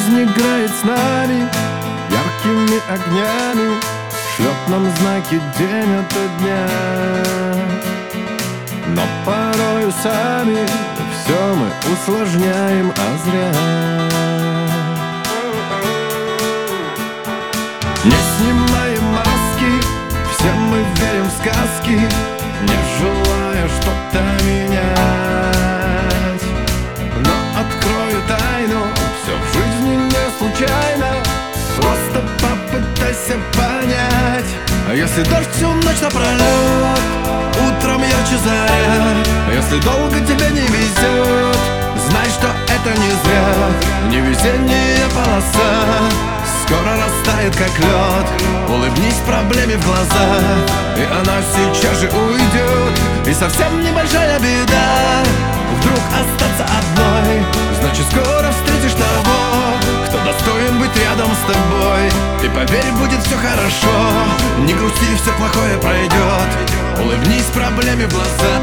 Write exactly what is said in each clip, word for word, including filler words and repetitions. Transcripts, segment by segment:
Жизнь играет с нами яркими огнями, шлет нам знаки день ото дня. Но порою сами все мы усложняем, а зря. Не снимаем маски, все мы верим в сказки, не желая что-то менять. Но открою тайну, все в жизни не случайно, просто попытайся понять. А если дождь всю ночь напролет, утром ярче заря, если долго тебе не везет, знай, что это не зря. Невезение полоса скоро растает, как лед. Улыбнись проблеме в глаза, и она сейчас же уйдет. И совсем небольшая беда вдруг остаться одной, значит скоро встретишь того, кто достоин быть рядом с тобой. И поверь, будет все хорошо, не грусти, все плохое пройдет. Улыбнись проблеме в глаза,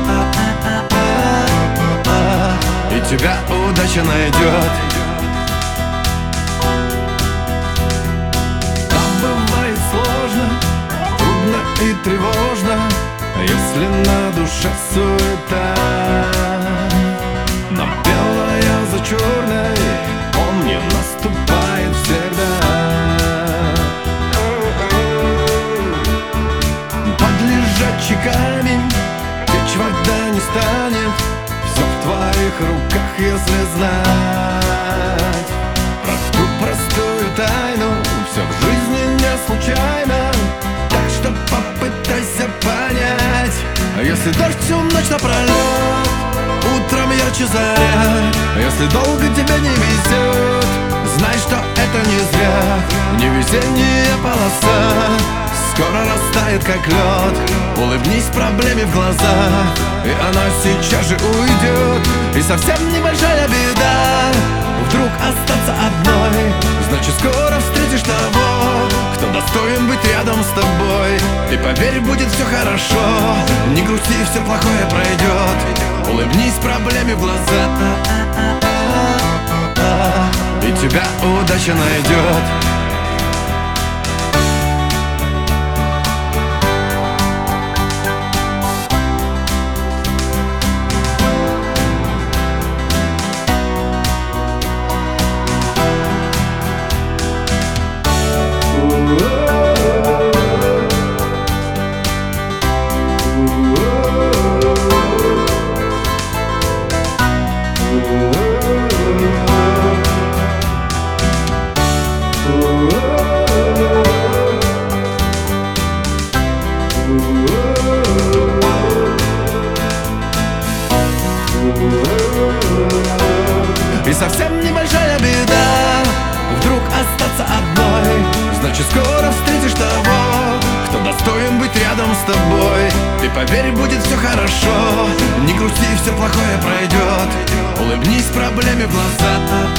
и тебя удача найдет. И тревожно, если на душе суета, но белое за черной, помни, наступает всегда. Под лежачий камень течь вода не станет, все в твоих руках, если знать про ту простую тайну. Все в жизни не случайно, так что попытайся понять. А если дождь всю ночь напролет, утром ярче заря, если долго тебе не везет, знай, что это не зря. Невезение полоса скоро растает, как лед. Улыбнись проблеме в глаза, и она сейчас же уйдет. И совсем небольшая беда вдруг остаться одной, значит скоро встретишь того, кто достоин быть рядом с тобой. И поверь, будет все хорошо, не грусти, все плохое пройдет. Улыбнись проблеме в глаза, и тебя удача найдет. И совсем небольшая беда вдруг остаться одной, значит скоро встретишь того, кто достоин быть рядом с тобой. И поверь, будет все хорошо, не грусти, все плохое пройдет. Улыбнись проблеме в глаза,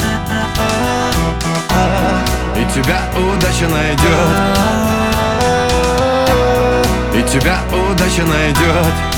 и тебя удача найдет. И тебя удача найдет.